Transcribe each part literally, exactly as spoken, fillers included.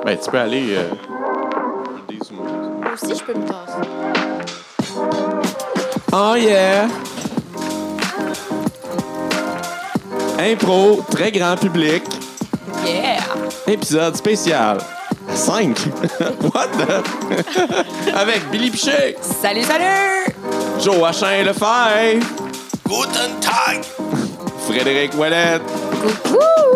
Ben, tu peux aller... Euh... Moi aussi, je peux me tasser. Oh yeah! Impro, très grand public. Yeah! Épisode spécial. cinq. What the... Avec Billy Piché. Salut, salut! Joachim Lefebvre. Guten Tag! Frédéric Ouellette. Coucou!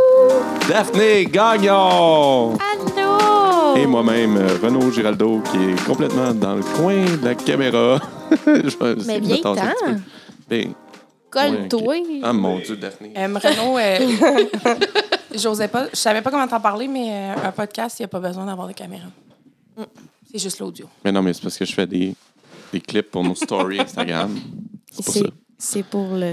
Daphné Gagnon. Allô! Et moi-même, Renaud Giraldo, qui est complètement dans le coin de la caméra. Mais viens temps! Ben, Colle-toi! Ouais, okay. Ah mon Dieu, Daphné. Euh, Renaud, euh, j'osais pas, je savais pas comment t'en parler, mais euh, un podcast, il n'y a pas besoin d'avoir de caméra. Mm. C'est juste l'audio. Mais non, mais c'est parce que je fais des, des clips pour nos stories Instagram. C'est pour c'est, ça. c'est pour le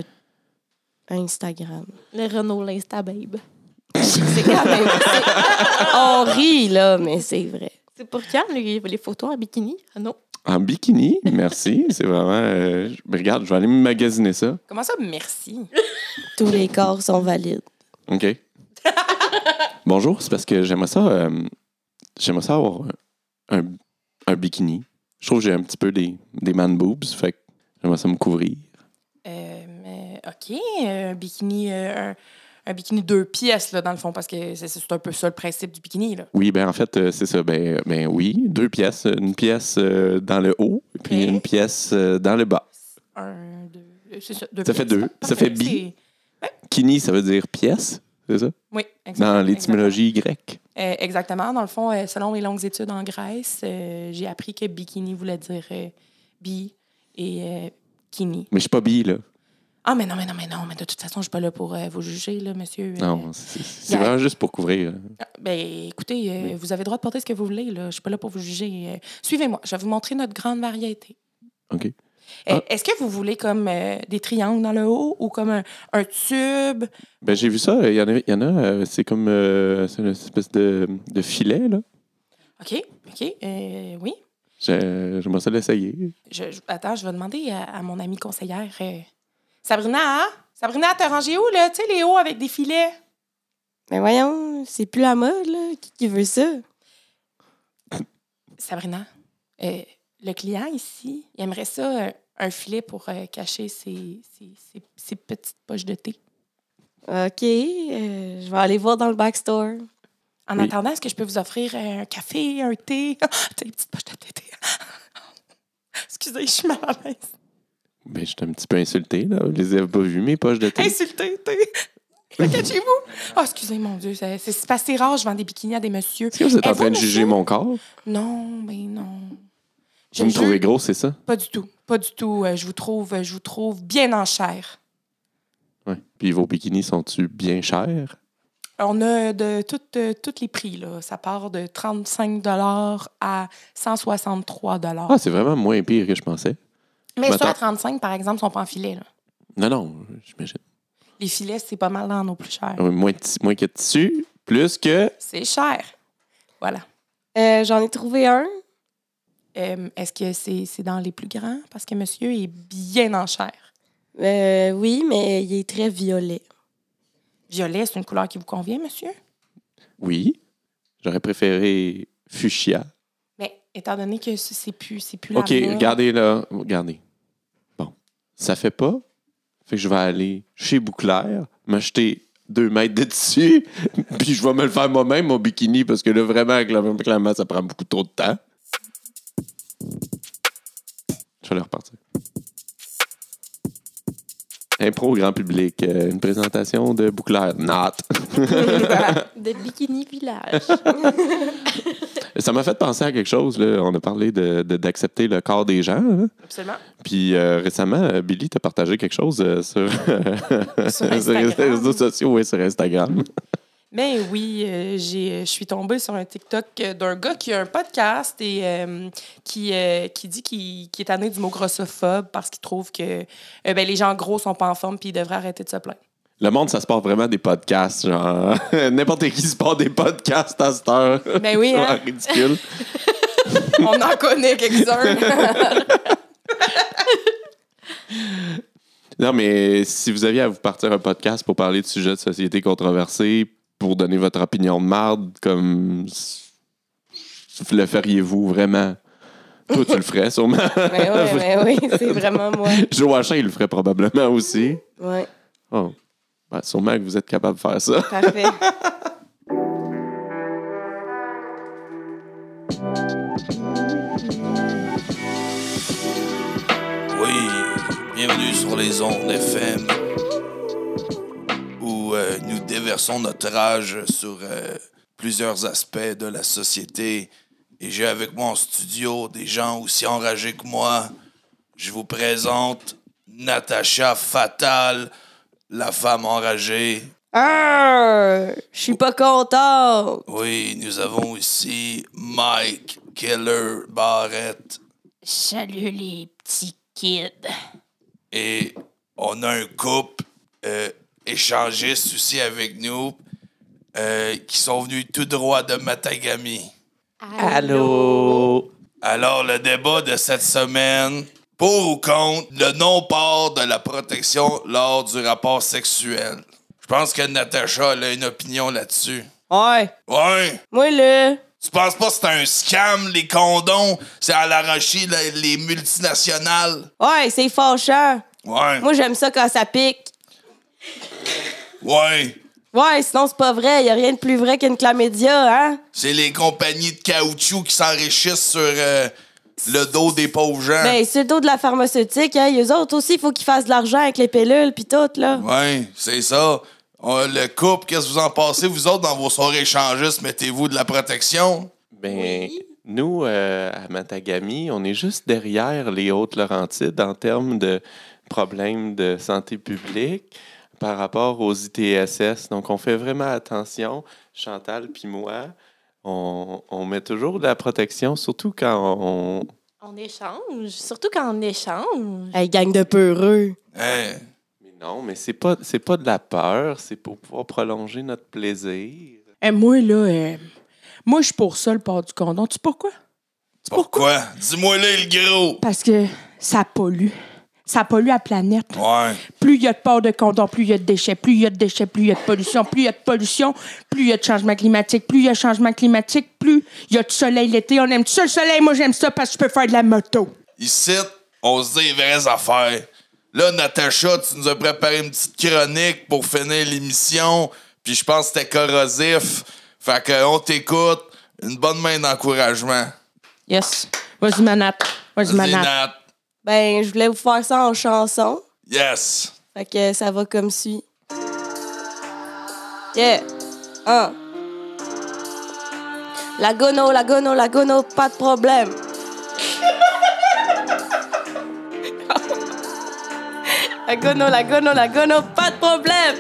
Instagram. Le Renault, l'Insta-babe. C'est quand même... c'est- On rit, là, mais c'est vrai. C'est pour quand, les, les photos en bikini, Renaud? En bikini, merci. C'est vraiment... Euh, je- mais regarde, je vais aller me magasiner ça. Comment ça, merci? Tous les corps sont valides. OK. Bonjour, c'est parce que j'aimerais ça... Euh, j'aimerais ça avoir un, un, un bikini. Je trouve que j'ai un petit peu des, des man boobs, fait que j'aimerais ça me couvrir. Euh, mais, OK, euh, un bikini... euh, un, un bikini deux pièces, là, dans le fond, parce que c'est, c'est un peu ça le principe du bikini, là. Oui, ben en fait, euh, c'est ça. Ben, ben oui, deux pièces. Une pièce euh, dans le haut, puis OK. une pièce euh, dans le bas. Un, deux... C'est ça, deux Ça fait pièces. deux. Parfait, Ça fait bi. c'est- Kini, ça veut dire pièce, c'est ça? Oui, exactement. Dans l'étymologie grecque. Euh, exactement. Dans le fond, euh, selon mes longues études en Grèce, euh, j'ai appris que bikini voulait dire euh, bi et euh, kini. Mais je suis pas bi, là. Ah, mais non, mais non, mais non. Mais de toute façon, je suis pas là pour euh, vous juger, là, monsieur. Euh, Non, c'est, c'est- c'est Yeah. vraiment juste pour couvrir. euh. ah, ben, écoutez, euh, vous avez le droit de porter ce que vous voulez, là. Je suis pas là pour vous juger. Euh, suivez-moi. Je vais vous montrer notre grande variété. OK. Euh, Ah. Est-ce que vous voulez comme euh, des triangles dans le haut ou comme un, un tube? Ben, j'ai vu ça. Il y en a, il y en a euh, c'est comme euh, c'est une espèce de, de filet, là. OK, OK. Euh, oui. J'ai- J'aimerais ça l'essayer. Je, je- attends, je vais demander à, à mon amie conseillère. euh, Sabrina, hein? Sabrina, t'as rangé où, là? Tu sais, les hauts avec des filets? Mais voyons, c'est plus la mode, là. Qui, qui veut ça? Sabrina, euh, le client ici, il aimerait ça, euh, un filet pour euh, cacher ses, ses, ses- ses petites poches de thé. OK, euh, je vais aller voir dans le backstore. En Oui. attendant, est-ce que je peux vous offrir euh, un café, un thé? Ah, t'as des petites poches de thé. Excusez, je suis mal à l'aise. Ben, j'étais un petit peu insulté, là. Vous les avez pas vus, mes poches de thé? Insulté, thé. Cachez-vous. Ah, excusez, mon Dieu, c'est, c'est, c'est pas assez rare, je vends des bikinis à des messieurs. Est-ce que vous êtes en Êtes-vous train de monsieur? juger mon corps? Non, mais non. Vous me Je- trouvez gros, c'est ça? Pas du tout. Pas du tout. Euh, je vous trouve, je vous trouve bien en chair. Oui. Puis vos bikinis sont-ils bien chers? On a de toutes euh, tous les prix, là. Ça part de trente-cinq dollars à cent soixante-trois dollars. Ah, c'est vraiment moins pire que je pensais. Mais je ceux à m'attends- trente-cinq, par exemple, sont pas en filet, là. Non, non, j'imagine. Les filets, c'est pas mal dans nos plus chers. Oui, moins, de ti- moins que de tissu, plus que... C'est cher. Voilà. Euh, j'en ai trouvé un. Euh, est-ce que c'est, c'est dans les plus grands? Parce que monsieur est bien en chair. Euh, oui, mais il est très violet. Violet, c'est une couleur qui vous convient, monsieur? Oui, j'aurais préféré fuchsia. Mais étant donné que c'est c'est plus, c'est plus la OK, mode. regardez là. Regardez. Bon, ça fait pas. Fait que je vais aller chez Bouclair, m'acheter deux mètres de tissu, puis je vais me le faire moi-même, mon bikini, parce que là, vraiment, avec la même clairement, ça prend beaucoup trop de temps. Je vais le repartir. Impro au grand public, euh, une présentation de Bouclair. Not. De Bikini Village. Ça m'a fait penser à quelque chose. Là. On a parlé de, de- d'accepter le corps des gens. Hein? Absolument. Puis euh, récemment, euh, Billy t'a partagé quelque chose euh, sur, sur les Instagram. réseaux sociaux et sur Instagram. Mais oui, euh, j'ai, je suis tombée sur un TikTok euh, d'un gars qui a un podcast et euh, qui, euh, qui dit qu'il, qu'il est tanné du mot grossophobe parce qu'il trouve que euh, ben, les gens gros sont pas en forme puis ils devraient arrêter de se plaindre. Le monde, ça se part vraiment des podcasts. Genre, n'importe qui se part des podcasts à cette heure. Ben oui, hein? C'est ridicule. On en connaît quelques-uns. Non, mais si vous aviez à vous partir un podcast pour parler de sujets de société controversés, pour donner votre opinion de marde, comme le feriez-vous vraiment? Toi, tu le ferais sûrement. Mais oui, mais oui, c'est vraiment moi. Joachim, il le ferait probablement aussi. Oui, Oh. Ben, sûrement que vous êtes capable de faire ça. parfait. Oui, bienvenue sur les ondes F M où euh, nous déversons notre rage sur euh, plusieurs aspects de la société. Et j'ai avec moi en studio des gens aussi enragés que moi. Je vous présente Natacha Fatal, la femme enragée. Ah, je suis pas contente. Oui, nous avons ici Mike Keller Barrett. Salut les petits kids. Et on a un couple euh, échangiste aussi avec nous euh, qui sont venus tout droit de Matagami. Allô? Alors, le débat de cette semaine, pour ou contre le non-port de la protection lors du rapport sexuel. Je pense que Natacha elle a une opinion là-dessus. Ouais, Ouais. moi là. Tu penses pas que c'est un scam, les condoms? C'est à l'arracher les, les multinationales? Ouais, c'est fâchant. Ouais. Moi, j'aime ça quand ça pique. Ouais. Ouais, sinon, c'est pas vrai. Y a rien de plus vrai qu'une chlamydia, hein? C'est les compagnies de caoutchouc qui s'enrichissent sur euh, le dos des pauvres gens. Ben, sur le dos de la pharmaceutique, hein. Eux autres aussi, il faut qu'ils fassent de l'argent avec les pilules pis tout, là. Ouais, c'est ça. Euh, le couple, qu'est-ce que vous en pensez? Vous autres, dans vos soirées échangistes, mettez-vous de la protection? Ben, nous, euh, à Matagami, on est juste derrière les Hautes-Laurentides en termes de problèmes de santé publique par rapport aux I T S S. Donc, on fait vraiment attention, Chantal puis moi. On, on met toujours de la protection, surtout quand on... On échange, surtout quand on échange. Hey, gang de peureux. Hein? Mais non, mais c'est pas, c'est pas de la peur, c'est pour pouvoir prolonger notre plaisir. Eh, moi, là, euh, moi, je suis pour ça, le port du condom. Tu sais pourquoi? Pourquoi? Dis-moi là, le gros! Parce que ça pollue. Ça pollue la planète. Ouais. Plus il y a de port de condom, plus il y a de déchets. Plus il y a de déchets, plus il y a de pollution. Plus il y a de pollution, plus il y a de changement climatique. Plus il y a de changement climatique, plus il y a de soleil l'été. On aime ça, le soleil? Moi, j'aime ça parce que je peux faire de la moto. Ici, on se dit les vraies affaires. Là, Natacha, tu nous as préparé une petite chronique pour finir l'émission, puis je pense que c'était corrosif. Fait qu'on t'écoute. Une bonne main d'encouragement. Yes. Vas-y, manate. Vas-y, Vas-y, manate. Nat. Ben, je voulais vous faire ça en chanson. Yes. Fait que ça va comme suit. Yeah. Un. La gono, la gono, la gono, pas de problème. La gono, la gono, la gono, pas de problème.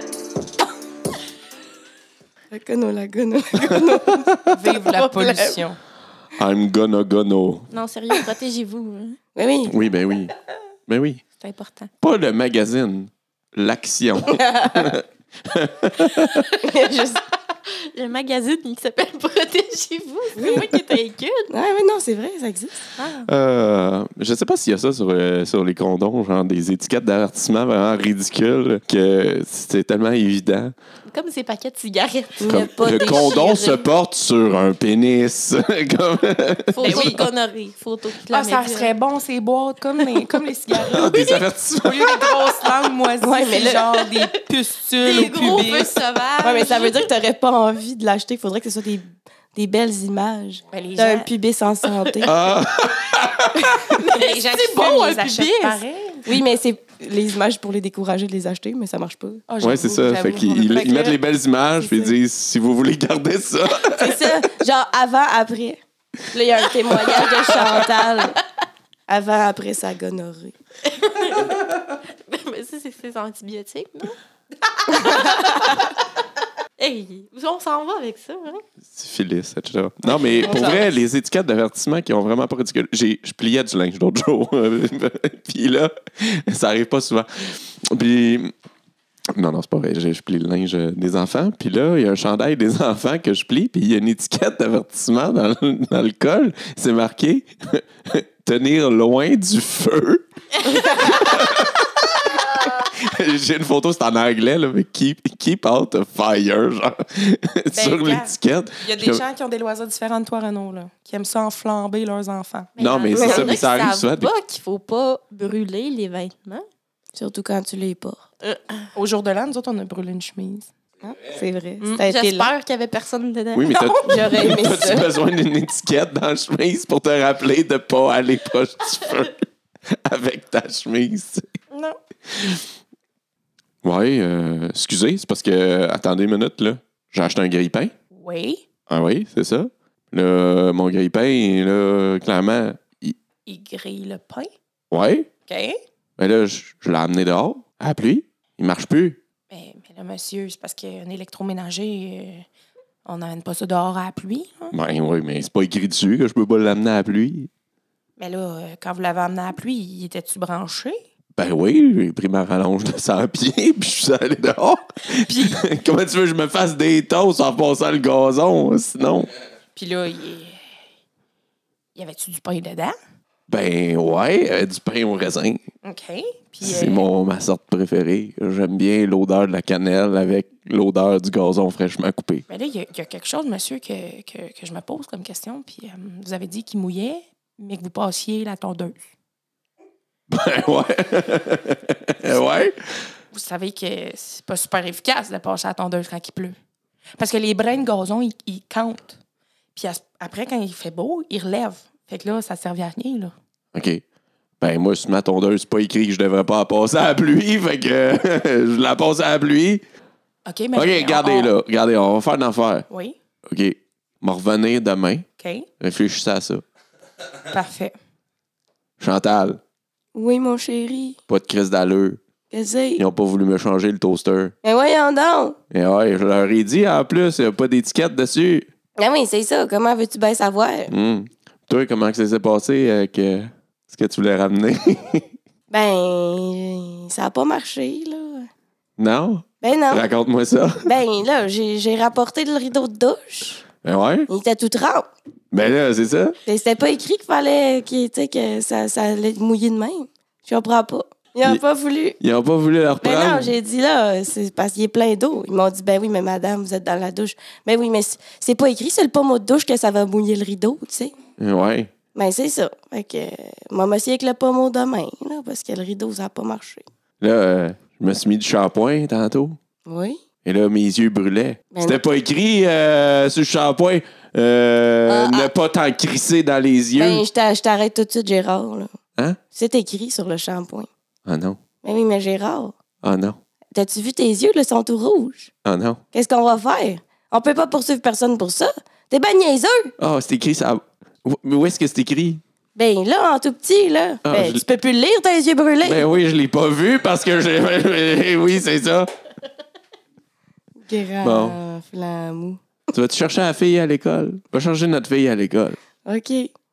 La gono, la gono, la gono. Vive la pollution. I'm gonna gonna. Non, sérieux, protégez-vous. Hein. Mais oui. Oui, ben oui. Ben oui. C'est important. Pas le magazine, l'action. Juste... Le magazine qui s'appelle Protégez-vous. C'est moi qui étais inquiète. Ouais, mais non, c'est vrai, ça existe. Euh, je sais pas s'il y a ça sur, euh, sur les condoms, genre des étiquettes d'avertissement vraiment ridicules que c'est tellement évident. Comme ces paquets de cigarettes. Il n'y a Comme pas le de condom déchiré. se porte sur un pénis. Comme... Photo Ben oui. de gonorrhée. Photo de Ah, ça chlamydia. serait bon, ces boîtes, comme les, comme les cigarettes. des avertissements. Au lieu des grosses langues moisies, Ouais, mais c'est là- genre des pustules Des au gros pubis. feux sauvages. Ouais, mais ça veut dire que t'aurais pas envie de l'acheter. Il faudrait que ce soit des, des belles images Ben, les d'un gens- pubis en santé. Ah, les gens qui bon, fument, un les achètent pubis. pareil. Oui, mais c'est les images pour les décourager de les acheter, mais ça marche pas. Ah, ouais, j'avoue, c'est ça. j'avoue. Fait qu'ils ils- Fait que ils mettent là, les belles images, puis ils ça. disent si vous voulez garder ça. C'est ça, genre avant, après. Là, il y a un témoignage de Chantal. Avant, après sa gonorrhée. Mais ça, c'est ces antibiotiques, non? Hey, on s'en va avec ça, hein? Syphilis, et cetera. Non, mais pour vrai, les étiquettes d'avertissement qui ont vraiment pas ridicule. J'ai, je pliais du linge l'autre jour. Puis là, ça arrive pas souvent. Puis. Non, non, c'est pas vrai. Je, je plie le linge des enfants. Puis là, il y a un chandail des enfants que je plie. Puis il y a une étiquette d'avertissement dans, le- dans le col. C'est marqué « Tenir loin du feu ». J'ai une photo, c'est en anglais, là, mais keep, keep out the fire, genre, sur regarde, l'étiquette. Il y a des Je- gens qui ont des loisirs différents de toi, Renaud, là, qui aiment ça enflamber leurs enfants. Non, mais il y c'est en ça, a mais qui ça arrive savent souvent. pas qu'il faut pas brûler les vêtements. Surtout quand tu les portes. Au jour de l'an, nous autres, on a brûlé une chemise. Hein? C'est vrai. Mm. Ça a été long. J'espère qu'il y avait personne dedans. Oui, mais t'as, J'aurais aimé t'as-tu ça. besoin d'une étiquette dans la chemise pour te rappeler de pas aller proche du feu avec ta chemise? Non. Oui, euh, excusez, c'est parce que, attendez une minute, là. J'ai acheté un grille-pain. Oui. Ah oui, c'est ça. Là, mon grille-pain, là, clairement, il... Il grille le pain. ouais. OK. Mais là, je, je l'ai amené dehors, à la pluie. Il marche plus. Mais, mais là, monsieur, c'est parce qu'un électroménager, euh, on n'amène pas ça dehors à la pluie. Hein? Ben oui, mais c'est pas écrit dessus que je peux pas l'amener à la pluie. Mais là, euh, quand vous l'avez amené à la pluie, il était-tu branché? Ben oui, j'ai pris ma rallonge de cent pieds, puis je suis allé dehors. Puis, Comment tu veux que je me fasse des toasts en passant le gazon, sinon? puis là, il y avait-tu du pain dedans? Ben ouais, euh, du pain au raisin. OK. Puis, C'est euh, mon, ma sorte préférée. J'aime bien l'odeur de la cannelle avec l'odeur du gazon fraîchement coupé. mais là, il y, a- il y a quelque chose, monsieur, que, que, que je me pose comme question. Puis, euh, vous avez dit qu'il mouillait, mais que vous passiez la tondeuse. Ben ouais. ouais. Vous savez que c'est pas super efficace de passer la tondeuse quand il pleut. Parce que les brins de gazon, ils, ils cantent. Puis à- après, quand il fait beau, ils relèvent. Fait que là, ça ne servait à rien, là. OK. Ben moi, sur ma tondeuse, c'est pas écrit que je devrais pas la passer à la pluie, fait que euh, je la passe à la pluie. OK, mais... OK, regardez on- là. Regardez, on va faire une affaire. Oui, OK. M'en revenir demain. OK, Réfléchissez à ça. parfait. Chantal, Oui, mon chéri. pas de crise d'allure. Qu'est-ce que c'est? Ils ont pas voulu me changer le toaster. Mais voyons donc. Et ouais, je leur ai dit en plus, il n'y a pas d'étiquette dessus. Ah oui, c'est ça. Comment veux-tu bien savoir? Hum. Toi, comment que ça s'est passé avec euh, ce que tu voulais ramener? Ben, ça a pas marché, là. Non? Ben non. Raconte-moi ça. Ben là, j'ai j'ai rapporté le rideau de douche. Ben ouais. Il était tout trempe. Ben là, c'est ça. Et C'était pas écrit qu'il fallait qu'il- tu sais, que ça, ça allait mouiller de même. Je comprends pas. Ils ont Il- pas voulu. Ils n'ont pas voulu le Ben reprendre. non, j'ai dit là, c'est parce qu'il est plein d'eau. Ils m'ont dit, ben oui, mais madame, vous êtes dans la douche. Ben oui, mais c'est- c'est pas écrit sur le pommeau de douche que ça va mouiller le rideau, tu sais. Ouais. Ben c'est ça. Fait que, euh, moi, m'essayer avec le pommeau demain, là, parce que le rideau, ça a pas marché. Là, euh, je me suis mis du shampoing tantôt. Oui. Et là, mes yeux brûlaient. Ben C'était non. pas écrit euh, sur le shampoing euh, Ah, ne ah. pas t'en crisser dans les yeux. Ben, je t'a- je t'arrête tout de suite, Gérard, là. Hein? C'est écrit sur le shampoing. Ah non. Ben oui, mais Gérard, Ah non. t'as-tu vu tes yeux, là, ils sont tout rouges? Ah non. Qu'est-ce qu'on va faire? On peut pas poursuivre personne pour ça. T'es ben niaiseux! Ah, c'est écrit ça. Où- Mais où est-ce que c'est écrit? Ben là, en tout petit, là. Ah, ben, je- tu peux plus le lire, tes yeux brûlés. Ben oui, je l'ai pas vu parce que j'ai. Oui, c'est ça. Grand flamou. Tu vas-tu chercher la fille à l'école? Va chercher notre fille à l'école. OK.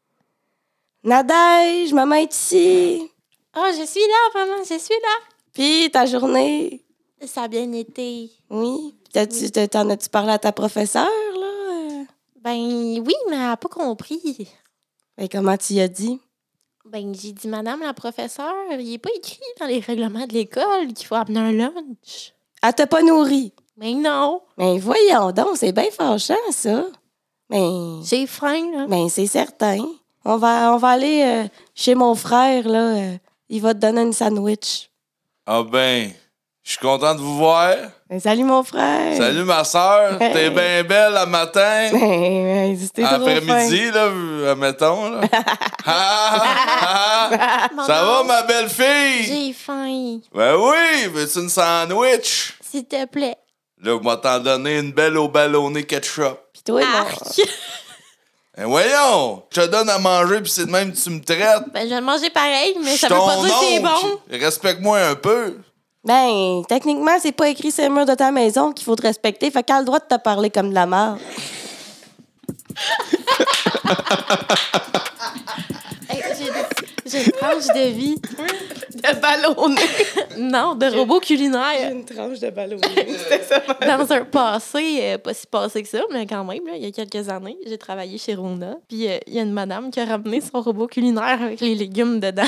Nadège, maman est ici. Oh, je suis là, maman, je suis là. Puis ta journée. Ça a bien été. Oui. T'as-tu- t'as- T'en as-tu parlé à ta professeure, là? Ben oui, mais elle n'a pas compris. Ben, comment tu y as dit? Ben, j'ai dit, madame la professeure, il n'est pas écrit dans les règlements de l'école qu'il faut amener un lunch. Elle t'a pas nourri. Mais non, Ben, voyons donc, c'est bien fâchant, ça. Ben, j'ai faim, là. ben c'est certain. On va, on va aller euh, chez mon frère, là. euh, il va te donner une sandwich. Ah ben, je suis content de vous voir. Ben, salut, mon frère. Salut ma soeur, t'es bien belle le matin. Ben, ben, c'était trop fin. Après-midi, là, euh, mettons. Là. Ah, ah, ah. Maman, Ça va, ma belle fille? J'ai faim. Ben oui, veux-tu une sandwich? S'il te plaît. Là, vous m'en donné une belle au ballonné ketchup. Puis toi, non. Arc. Ben voyons, je te donne à manger puis c'est de même que tu me traites. Ben, je vais le manger pareil, mais Je ça suis veut pas ton dire que c'est oncle. bon. Respecte-moi un peu. Ben, techniquement, c'est pas écrit sur le mur de ta maison qu'il faut te respecter. Fait qu'elle a le droit de te parler comme de la merde. Hey, j'ai- je une tranche de vie. De ballonner. Non, de robot culinaire. Une tranche de ballonner. C'était ça. Dans un passé, euh, pas si passé que ça, mais quand même, là, il y a quelques années, j'ai travaillé chez Rona. Puis euh, il y a une madame qui a ramené son robot culinaire avec les légumes dedans.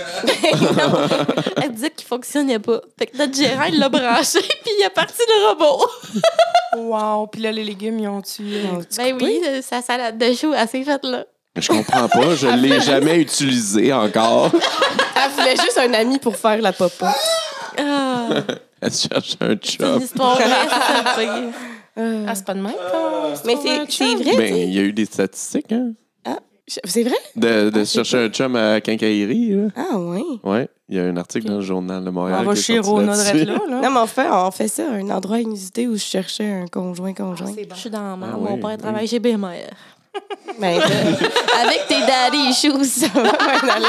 Elle disait qu'il fonctionnait pas. Fait que notre gérant, il l'a branché, puis il a parti le robot. Wow! Puis là, les légumes, ils ont tué. Ben oui, euh, sa salade de choux, elle s'est faite là. Je comprends pas, je l'ai jamais utilisé encore. Elle voulait juste un ami pour faire la popote. Ah, Elle cherche un c'est une job. histoire vraie, c'est ça le pire. Ah, c'est pas de même, quand Mais c'est, c'est vrai? Ben, il y a eu des statistiques, hein? C'est vrai? De, de chercher un chum à quincaillerie, là. Ah oui. Ouais, il y a un article dans le journal de Montréal. On va qui est chez sorti Rona là-dessus. de là, là. Non, mais on fait, on fait ça, un endroit inusité où je cherchais un conjoint-conjoint. C'est bon. Je suis dans la merde. Ah Mon oui, père oui. travaille chez B M R. Ben, euh, avec tes daddy issues, ça va bien aller.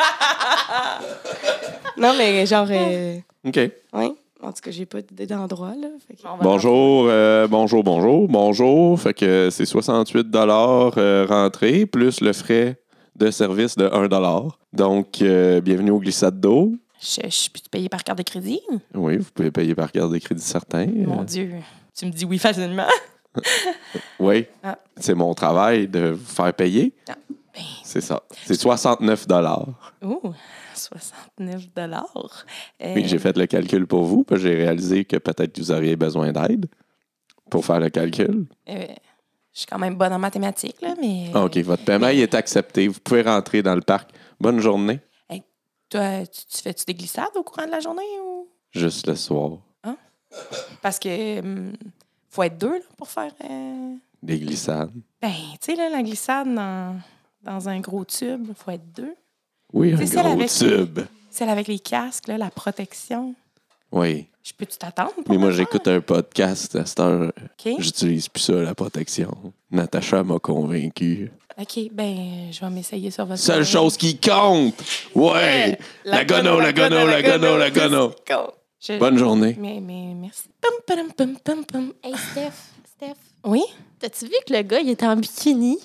Non, mais genre, euh, OK. oui. En tout cas, j'ai pas d'idée d'endroit, là. Fait que- On va Bonjour, euh, bonjour, bonjour, bonjour. Fait que c'est soixante-huit dollars euh, rentrée, plus le frais de service de un dollar. Donc, euh, bienvenue au glissade d'eau. Je, je peux te payer par carte de crédit? Oui, vous pouvez payer par carte de crédit certain. Mon Euh, Dieu. Tu me dis oui facilement? oui, Ah. c'est mon travail de vous faire payer. Ah, ben. C'est ça. C'est soixante-neuf dollars. Oh, soixante-neuf dollars. Euh, Oui, j'ai fait le calcul pour vous, puis j'ai réalisé que peut-être que vous auriez besoin d'aide pour faire le calcul. euh, je suis quand même bonne en mathématiques, là, mais... Ah, OK, votre paiement il est accepté. Vous pouvez rentrer dans le parc. Bonne journée. Toi, tu, tu fais-tu des glissades au courant de la journée ou... Juste le soir. Parce que hum, faut être deux là, pour faire... euh, Des glissades. Ben, tu sais, là, la glissade dans, dans un gros tube, faut être deux. Oui, un C'est celle gros avec- tube. Celle avec les casques, là, la protection. Oui. Je peux-tu t'attendre? pour Mais moi, le faire? j'écoute un podcast à cette heure. OK. J'utilise plus ça, la protection. Natacha m'a convaincu. OK, ben, je vais m'essayer sur votre... Seule chose qui compte! Ouais! La gono, la gono, la gono, la gono. Je- Bonne journée. Mais, mais, merci. Pum, pum, pum, pum, pum. Hey, Steph, Steph, Oui? t'as-tu vu que le gars, il était en bikini?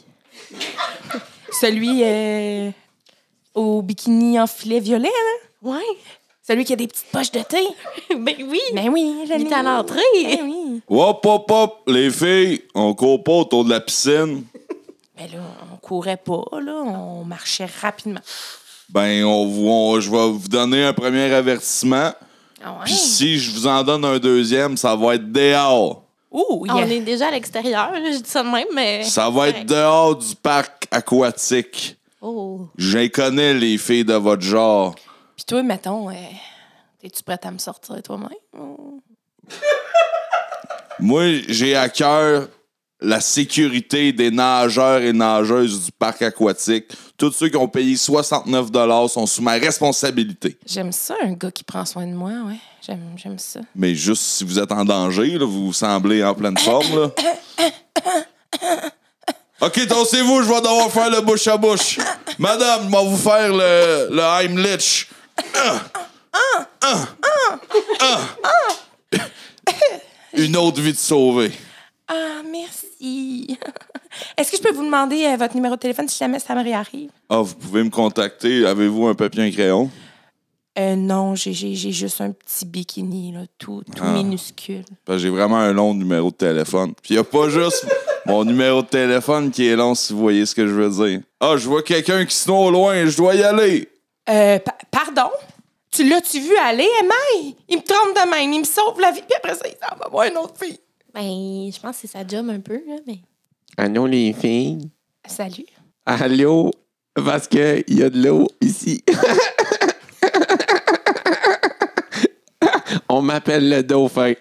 Celui euh, au bikini en filet violet, hein? Ouais. Celui qui a des petites poches de thé. Ben oui. Ben oui, je Il l'ai. est à l'entrée. Ben oui. Hop, hop, hop, les filles, on court pas autour de la piscine. Ben là, on courait pas, là. On marchait rapidement. Ben, on, vous- on- je vais vous donner un premier avertissement. Ah ouais? Puis si je vous en donne un deuxième, ça va être dehors. Ouh, il y On a... est déjà à l'extérieur, là, je dis ça de même, mais... Ça va être dehors du parc aquatique. Oh. Je connais les filles de votre genre. Puis toi, mettons, euh, es-tu prête à me sortir toi-même? Ou- Moi, j'ai à cœur la sécurité des nageurs et nageuses du parc aquatique. Tous ceux qui ont payé soixante-neuf dollars sont sous ma responsabilité. J'aime ça, un gars qui prend soin de moi, ouais. J'aime, j'aime ça. Mais juste si vous êtes en danger, là, vous semblez en pleine forme. Là. OK, tossez-vous, je vais devoir faire le bouche à bouche. Madame, je vais vous faire le, le Heimlich. Ah. Ah. Ah. Une autre vie de sauver. Ah, merci. Est-ce que je peux vous demander euh, votre numéro de téléphone si jamais ça me réarrive? Ah, vous pouvez me contacter. Avez-vous un papier et un crayon? Euh, non, j'ai, j'ai, j'ai juste un petit bikini, là, tout, tout Ah. minuscule. Parce que j'ai vraiment un long numéro de téléphone. Puis il n'y a pas juste mon numéro de téléphone qui est long, si vous voyez ce que je veux dire. Ah, je vois quelqu'un qui se noie au loin, je dois y aller. Euh, pa- pardon? Tu l'as-tu vu aller, Emmaille? Il me trompe de même, il me sauve la vie, puis après ça, il s'en va voir une autre fille. Ben, je pense que c'est sa job un peu, là, mais... Allô, les filles? Salut. Allô? Parce qu'il y a de l'eau ici. On m'appelle le dauphin.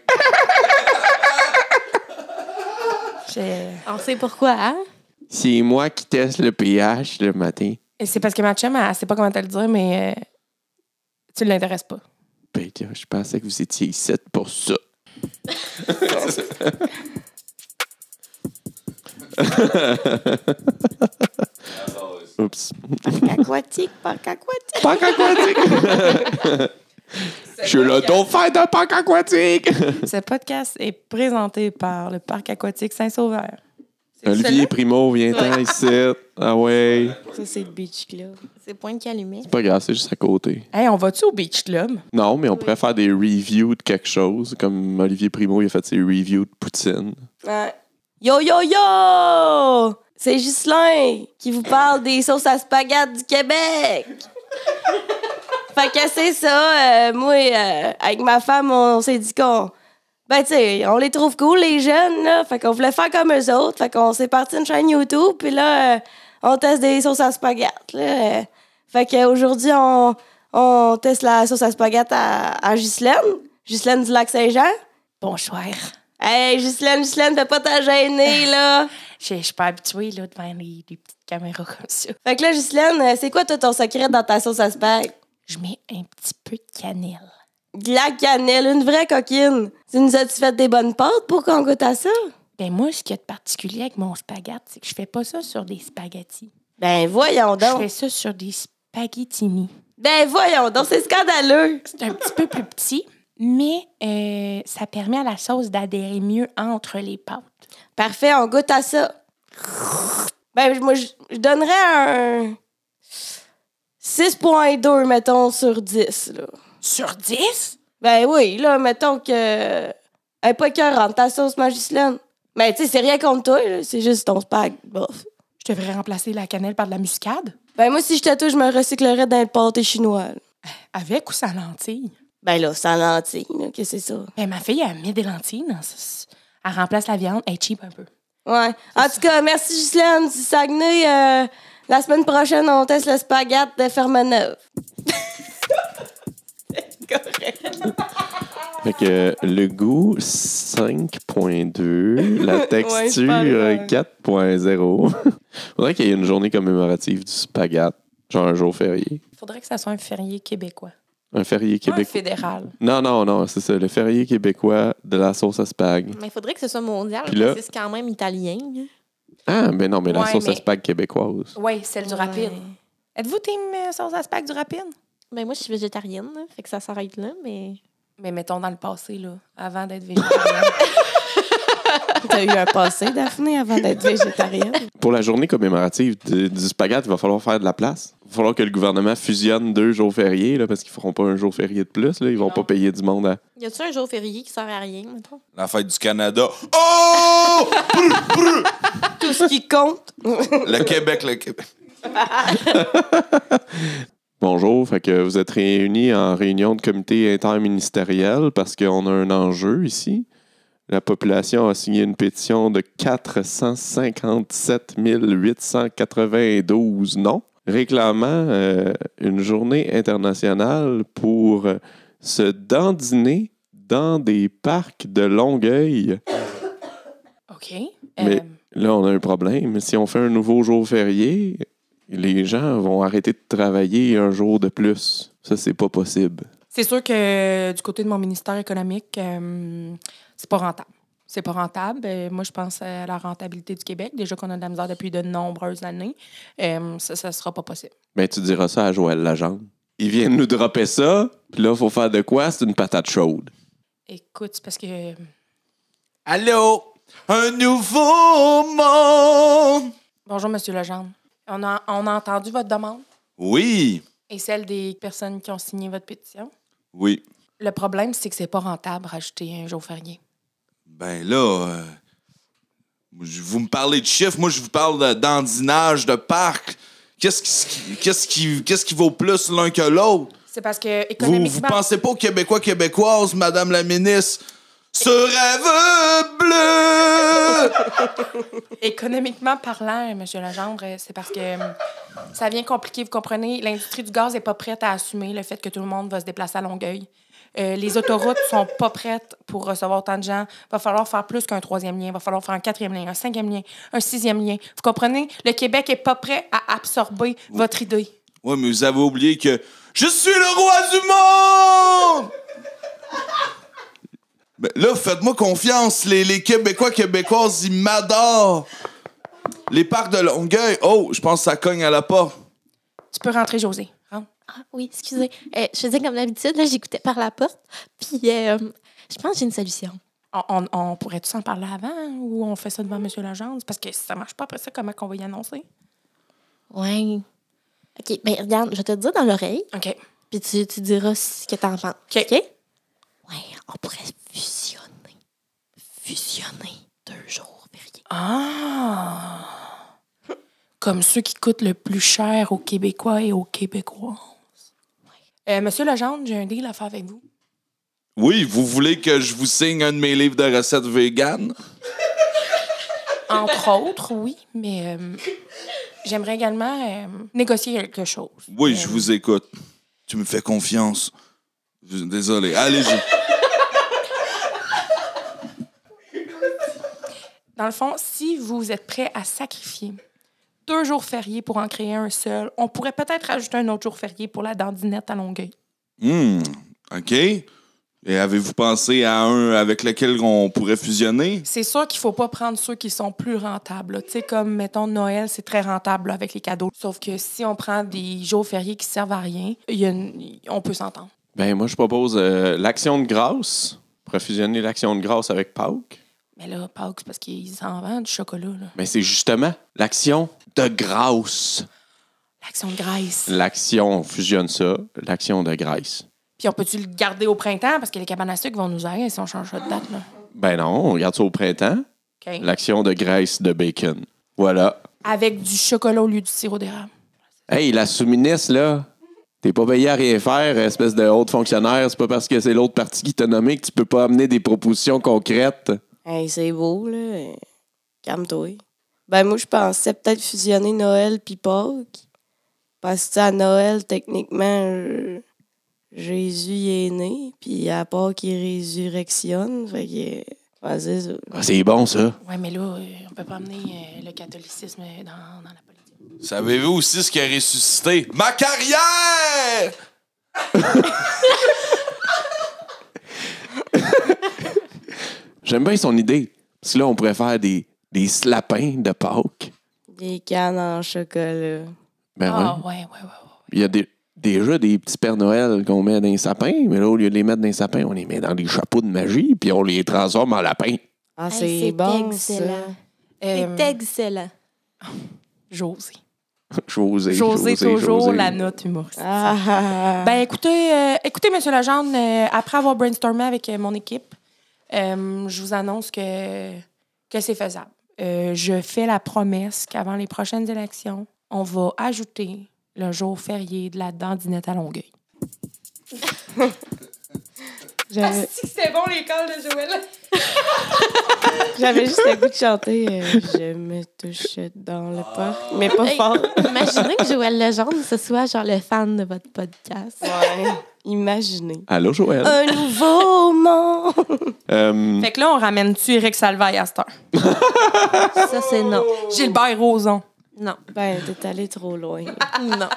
J'ai- On sait pourquoi, hein? C'est moi qui teste le pH le matin. Et c'est parce que ma chum, elle sait pas comment te le dire, mais euh, tu l'intéresses pas. Ben, là, je pensais que vous étiez ici pour ça. Oups. Parc aquatique, parc aquatique. Parc aquatique! Je suis le dauphin d'un parc aquatique! Ce podcast est présenté par le Parc aquatique Saint-Sauveur. C'est Olivier celle-là? Primo, viens-t'en ici. Ah ouais. Ça, c'est le Beach Club. C'est Pointe Calumet. C'est pas grave, c'est juste à côté. Hey, on va-tu au Beach Club? Non, mais on pourrait faire des reviews de quelque chose, comme Olivier Primo, il a fait ses reviews de poutine. Ouais. Yo, yo, yo! C'est Ghislain qui vous parle des sauces à spaghetti du Québec. Fait que c'est ça. euh, moi, euh, avec ma femme, on s'est dit qu'on... Ben, tu sais, on les trouve cool, les jeunes, là. Fait qu'on voulait faire comme eux autres. Fait qu'on s'est parti une chaîne YouTube, puis là, euh, on teste des sauces à spaghetti, là. Euh, Fait qu'aujourd'hui, on, on teste la sauce à spaghetti à, à Ghislaine. Ghislaine du Lac-Saint-Jean. Bonsoir. Hey, Ghislaine, Ghislaine, fais pas ta gêner, là. Je je suis pas habituée là, devant les, les petites caméras comme ça. Fait que là, Ghislaine, euh, c'est quoi, toi, ton secret dans ta sauce à spag? Je mets un petit peu de cannelle. De la cannelle, une vraie coquine. Tu nous as-tu fait des bonnes pâtes pour qu'on goûte à ça? Ben moi, ce qu'il y a de particulier avec mon spaghetti, c'est que je fais pas ça sur des spaghettis. Ben, voyons Je donc. fais ça sur des spaghettini. Ben, voyons donc, c'est scandaleux. C'est un petit peu plus petit, mais euh, ça permet à la sauce d'adhérer mieux entre les pâtes. Parfait, on goûte à ça. Ben, moi, je je donnerais un six virgule deux, mettons, sur dix, là. Sur dix? Ben oui, là, mettons que... Elle est pas écœurante, ta sauce, ma Ghislaine. Mais tu sais, c'est rien contre toi, là. C'est juste ton spag, bof. Je devrais remplacer la cannelle par de la muscade? Ben moi, si j'étais toi, je me recyclerais dans le pâté chinois, là. Avec ou sans lentilles? Ben là, sans lentilles, là, qu'est-ce que c'est ça? Ben, ma fille, elle met des lentilles dans ça. Elle remplace la viande, elle est cheap un peu. Ouais. En tout cas, merci Ghislaine du Saguenay. Euh, la semaine prochaine, on teste le spaghetti de Fermeneuve. Fait que euh, le goût, cinq virgule deux. La texture, pas euh, mal. quatre virgule zéro. Faudrait qu'il y ait une journée commémorative du spaghetti, genre un jour férié. Il faudrait que ça soit un férié québécois. Un férié Pas un québécois. fédéral. Non, non, non, c'est ça. Le férié québécois de la sauce à spag. Mais il faudrait que ce soit mondial, Puis là- parce que c'est quand même italien. hein. Ah, ben non, mais la Ouais, sauce à mais- spag québécoise. Oui, celle du Ouais. rapide. Êtes-vous team euh, sauce à spag du rapide? Ben moi, je suis végétarienne, là, fait que ça s'arrête là, mais... Mais mettons dans le passé, là, avant d'être végétarienne. T'as eu un passé, Daphné, avant d'être végétarienne? Pour la journée commémorative du, du spaghetti, il va falloir faire de la place. Il va falloir que le gouvernement fusionne deux jours fériés, là, parce qu'ils feront pas un jour férié de plus. Là. Ils vont Non. pas payer du monde à... Y a-tu un jour férié qui sert à rien, mettons? La fête du Canada. Oh! Tout ce qui compte. Le Québec, le Québec. Bonjour, fait que vous êtes réunis en réunion de comité interministériel parce qu'on a un enjeu ici. La population a signé une pétition de quatre cent cinquante-sept mille huit cent quatre-vingt-douze noms réclamant euh, une journée internationale pour euh, se dandiner dans des parcs de Longueuil. OK. Mais- Euh, Là, on a un problème. Si on fait un nouveau jour férié, les gens vont arrêter de travailler un jour de plus. Ça, c'est pas possible. c'est sûr que du côté de mon ministère économique, euh, c'est pas rentable. C'est pas rentable. Euh, moi, je pense à la rentabilité du Québec. Déjà qu'on a de la misère depuis de nombreuses années. Euh, ça, ça sera pas possible. Ben, tu diras ça à Joël Legendre. Il vient de nous dropper ça, puis là, il faut faire de quoi? C'est une patate chaude. Écoute, c'est parce que... Allô? Un nouveau monde! Bonjour, Monsieur Legendre. On a, on a entendu votre demande Oui, et celle des personnes qui ont signé votre pétition. oui. Le problème, c'est que c'est pas rentable rajouter un jour férié. Ben là, euh, je- vous me parlez de chiffres, moi je vous parle de dandinage, de parc. Qu'est-ce qui, qu'est-ce qui, qu'est-ce qui vaut plus l'un que l'autre? C'est parce que Vous, économiquement... vous pensez pas aux Québécois, Québécoises, Madame la ministre? Ce rêve bleu! Économiquement parlant, M. Legendre, euh, c'est parce que euh, ça vient compliqué. Vous comprenez, l'industrie du gaz n'est pas prête à assumer le fait que tout le monde va se déplacer à Longueuil. Euh, les autoroutes sont pas prêtes pour recevoir autant de gens. Il va falloir faire plus qu'un troisième lien. Il va falloir faire un quatrième lien, un cinquième lien, un sixième lien. Vous comprenez? Le Québec est pas prêt à absorber votre idée. Oui, mais vous avez oublié que je suis le roi du monde! Ben là, faites-moi confiance. Les, les Québécois, Québécoises, ils m'adorent. Les parcs de Longueuil, oh, je pense que ça cogne à la porte. Tu peux rentrer, José. Rentre. Ah oui, excusez. Euh, je faisais comme d'habitude, là, j'écoutais par la porte, puis euh, je pense que j'ai une solution. On, on, on pourrait tous en parler avant hein, ou on fait ça devant M. Legendre? Parce que si ça marche pas après ça, comment qu'on va y annoncer? Ouais. OK, ben regarde, je vais te dire dans l'oreille, OK. puis tu, tu diras ce que t'en penses. OK. OK? Ouais, on pourrait fusionner. Fusionner deux jours fériés. Ah! Comme ceux qui coûtent le plus cher aux Québécois et aux Québécoises. Euh, Monsieur Legendre, j'ai un deal à faire avec vous. Oui, vous voulez que je vous signe un de mes livres de recettes véganes? Entre autres, oui, mais euh, j'aimerais également euh, négocier quelque chose. Oui, Euh, je vous écoute. Tu me fais confiance. Je- Désolé. Allez-y. Dans le fond, si vous êtes prêt à sacrifier deux jours fériés pour en créer un seul, on pourrait peut-être rajouter un autre jour férié pour la dandinette à Longueuil. Hmm, OK. Et avez-vous pensé à un avec lequel on pourrait fusionner? C'est sûr qu'il faut pas prendre ceux qui sont plus rentables. là. Tu sais, comme, mettons, Noël, c'est très rentable là, avec les cadeaux. Sauf que si on prend des jours fériés qui servent à rien, il y a une- on peut s'entendre. Ben, moi, je propose euh, l'action de grâce. On pourrait fusionner l'action de grâce avec Pâques. Mais là, Pâques, c'est parce qu'ils s'en vendent du chocolat. là. Mais c'est justement l'action de grâce. L'action de graisse. L'action, on fusionne ça. L'action de grâce. Puis on peut-tu le garder au printemps? Parce que les cabanes à sucre vont nous aider si on change ça de date. Là. Ben non, on regarde ça au printemps. OK. L'action de graisse de bacon. Voilà. Avec du chocolat au lieu du sirop d'érable. Hey, la sous-ministre, là, t'es pas payé à rien faire, espèce de haute fonctionnaire. C'est pas parce que c'est l'autre parti qui t'a nommé que tu peux pas amener des propositions concrètes. Hey, c'est beau, là. Calme-toi. Ben, moi, je pensais peut-être fusionner Noël puis Pâques. Parce que, tu sais, à Noël, techniquement, euh, Jésus il est né, puis à Pâques, il résurrectionne. Fait que, ouais, c'est ça. Ah, c'est bon, ça. Oui, mais là, euh, on peut pas amener euh, le catholicisme dans, dans la politique. Savez-vous aussi ce qui a ressuscité? Ma carrière! J'aime bien son idée. Parce que là, on pourrait faire des, des slapins de Pâques. Des cannes en chocolat. Ben Ah, ouais. ouais, ouais, ouais. ouais. Il y a des, déjà des petits Pères Noël qu'on met dans les sapins, mais là, au lieu de les mettre dans les sapins, on les met dans des chapeaux de magie, puis on les transforme en lapins. Ah, Hey, c'est c'est bon, excellent. ça. Euh, C'est excellent. José. José, José, José, toujours José. la note humoristique. Ah, ah, ah. Ben, écoutez, euh, écoutez, M. Legendre, euh, après avoir brainstormé avec euh, mon équipe, euh, je vous annonce que, que c'est faisable. Euh, je fais la promesse qu'avant les prochaines élections, on va ajouter le jour férié de la dandinette à Longueuil. J'avais, c'était bon l'école de Joël. j'avais juste le goût de chanter euh, Je me touche dans le parc, mais pas Hey, fort. imaginez que Joël Legendre, ce soit genre le fan de votre podcast. Ouais. Imaginez. Allô, Joël. Un nouveau monde. Euh, Fait que là, on ramène-tu Éric Salvaille à cette heure? Ça, c'est non. Gilbert Rozon. Non. Ben, t'es allé trop loin. Non.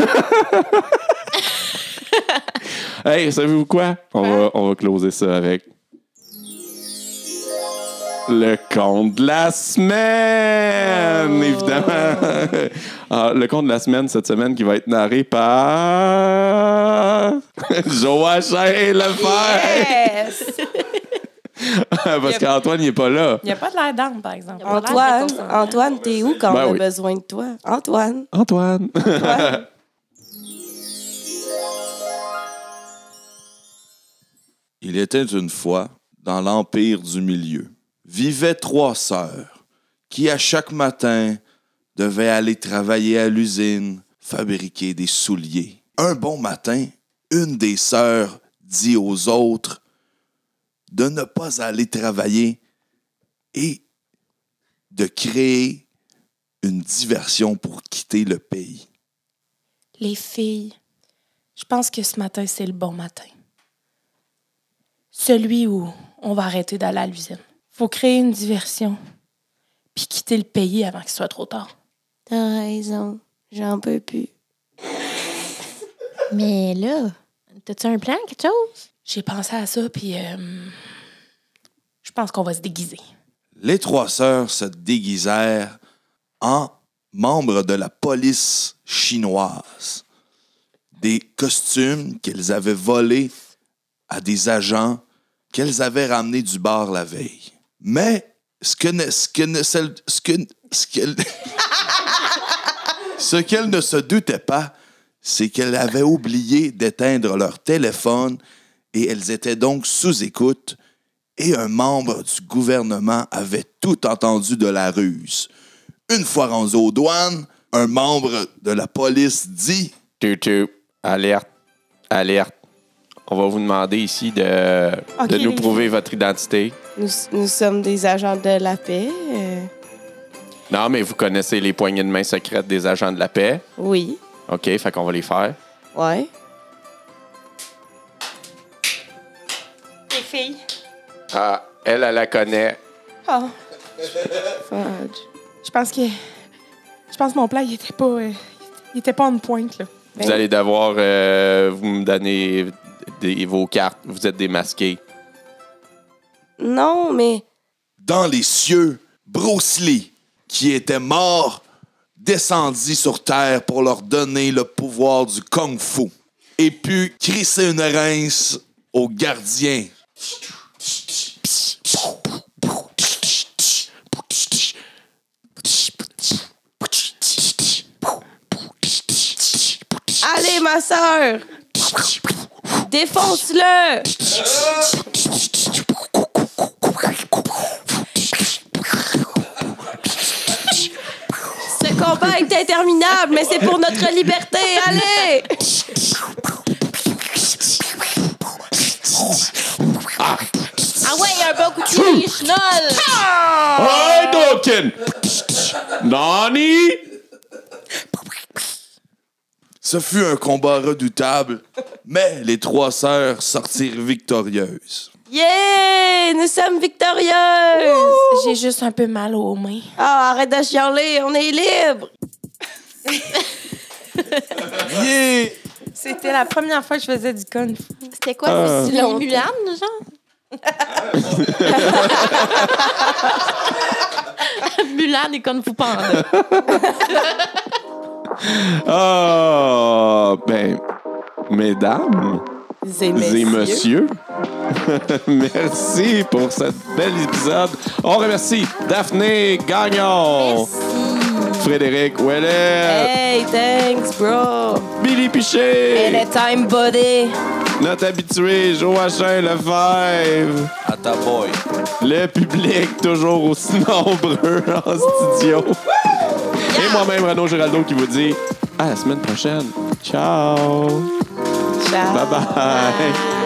hey, savez-vous quoi? On va, on va closer ça avec le compte de la semaine, évidemment. Ah, le compte de la semaine, cette semaine, qui va être narré par Joachim Lefebvre. Yes! Parce qu'Antoine, il n'est pas là. Il n'y a pas de l'air d'âme, par exemple. pas l'air Antoine, de concentré. Antoine, t'es où quand Ben on a oui. besoin de toi? Antoine. Antoine. Antoine. Il était une fois, dans l'Empire du Milieu, vivaient trois sœurs qui, à chaque matin, devaient aller travailler à l'usine, fabriquer des souliers. Un bon matin, une des sœurs dit aux autres de ne pas aller travailler et de créer une diversion pour quitter le pays. Les filles, je pense que ce matin, c'est le bon matin. Celui où on va arrêter d'aller à l'usine. Faut créer une diversion, puis quitter le pays avant qu'il soit trop tard. T'as raison. J'en peux plus. Mais là, t'as-tu un plan, quelque chose? J'ai pensé à ça, puis euh, je pense qu'on va se déguiser. Les trois sœurs se déguisèrent en membres de la police chinoise. Des costumes qu'elles avaient volés à des agents qu'elles avaient ramené du bar la veille. Mais ce que ne, ce que ne, ce que, ce qu'elle, ce qu'elle ne se doutait pas, c'est qu'elles avaient oublié d'éteindre leur téléphone et elles étaient donc sous écoute et un membre du gouvernement avait tout entendu de la ruse. Une fois rendu aux douanes, un membre de la police dit « Tutu, alerte, alerte. On va vous demander ici de, Ok, de nous les prouver votre identité. Nous, nous sommes des agents de la paix. euh, Non, mais vous connaissez les poignées de main secrètes des agents de la paix. oui, OK, fait qu'on va les faire. ouais. Les filles. Ah, elle, elle la connaît. Ah, Fudge. je pense que... Je pense que mon plat, il était pas... euh, il était pas en pointe, là. Vous Ben- allez devoir euh, vous me donner des- vos cartes. Vous êtes démasqués. Non, mais Dans les cieux, Bruce Lee, qui était mort, descendit sur terre pour leur donner le pouvoir du kung-fu et put crisser une rince aux gardiens. allez, ma sœur! Défonce-le! Ce combat est interminable, mais c'est pour notre liberté. Allez! Ah ouais, un bon coup de pied, chenol! Hey, Dokken! Nani? Ce fut un combat redoutable, mais les trois sœurs sortirent victorieuses. Yeah! Nous sommes victorieuses! J'ai juste un peu mal aux mains. Ah, arrête de chialer, on est libre! Yeah! C'était la première fois que je faisais du kung fu. C'était quoi, Ah. c'est longtemps. Mulan, genre? Mulan et Kung Fu Panda. Ah, ben, mesdames Et et messieurs, merci pour ce bel épisode. On remercie Daphné Gagnon, Frédéric Ouellet, Hey, thanks, bro! Billy Piché, Anytime, buddy! notre habitué Joachim Lefebvre, À ta boy. le public toujours aussi nombreux en studio. Et moi-même, Renaud Giraldo, qui vous dit à la semaine prochaine. Ciao! Ciao! Bye bye!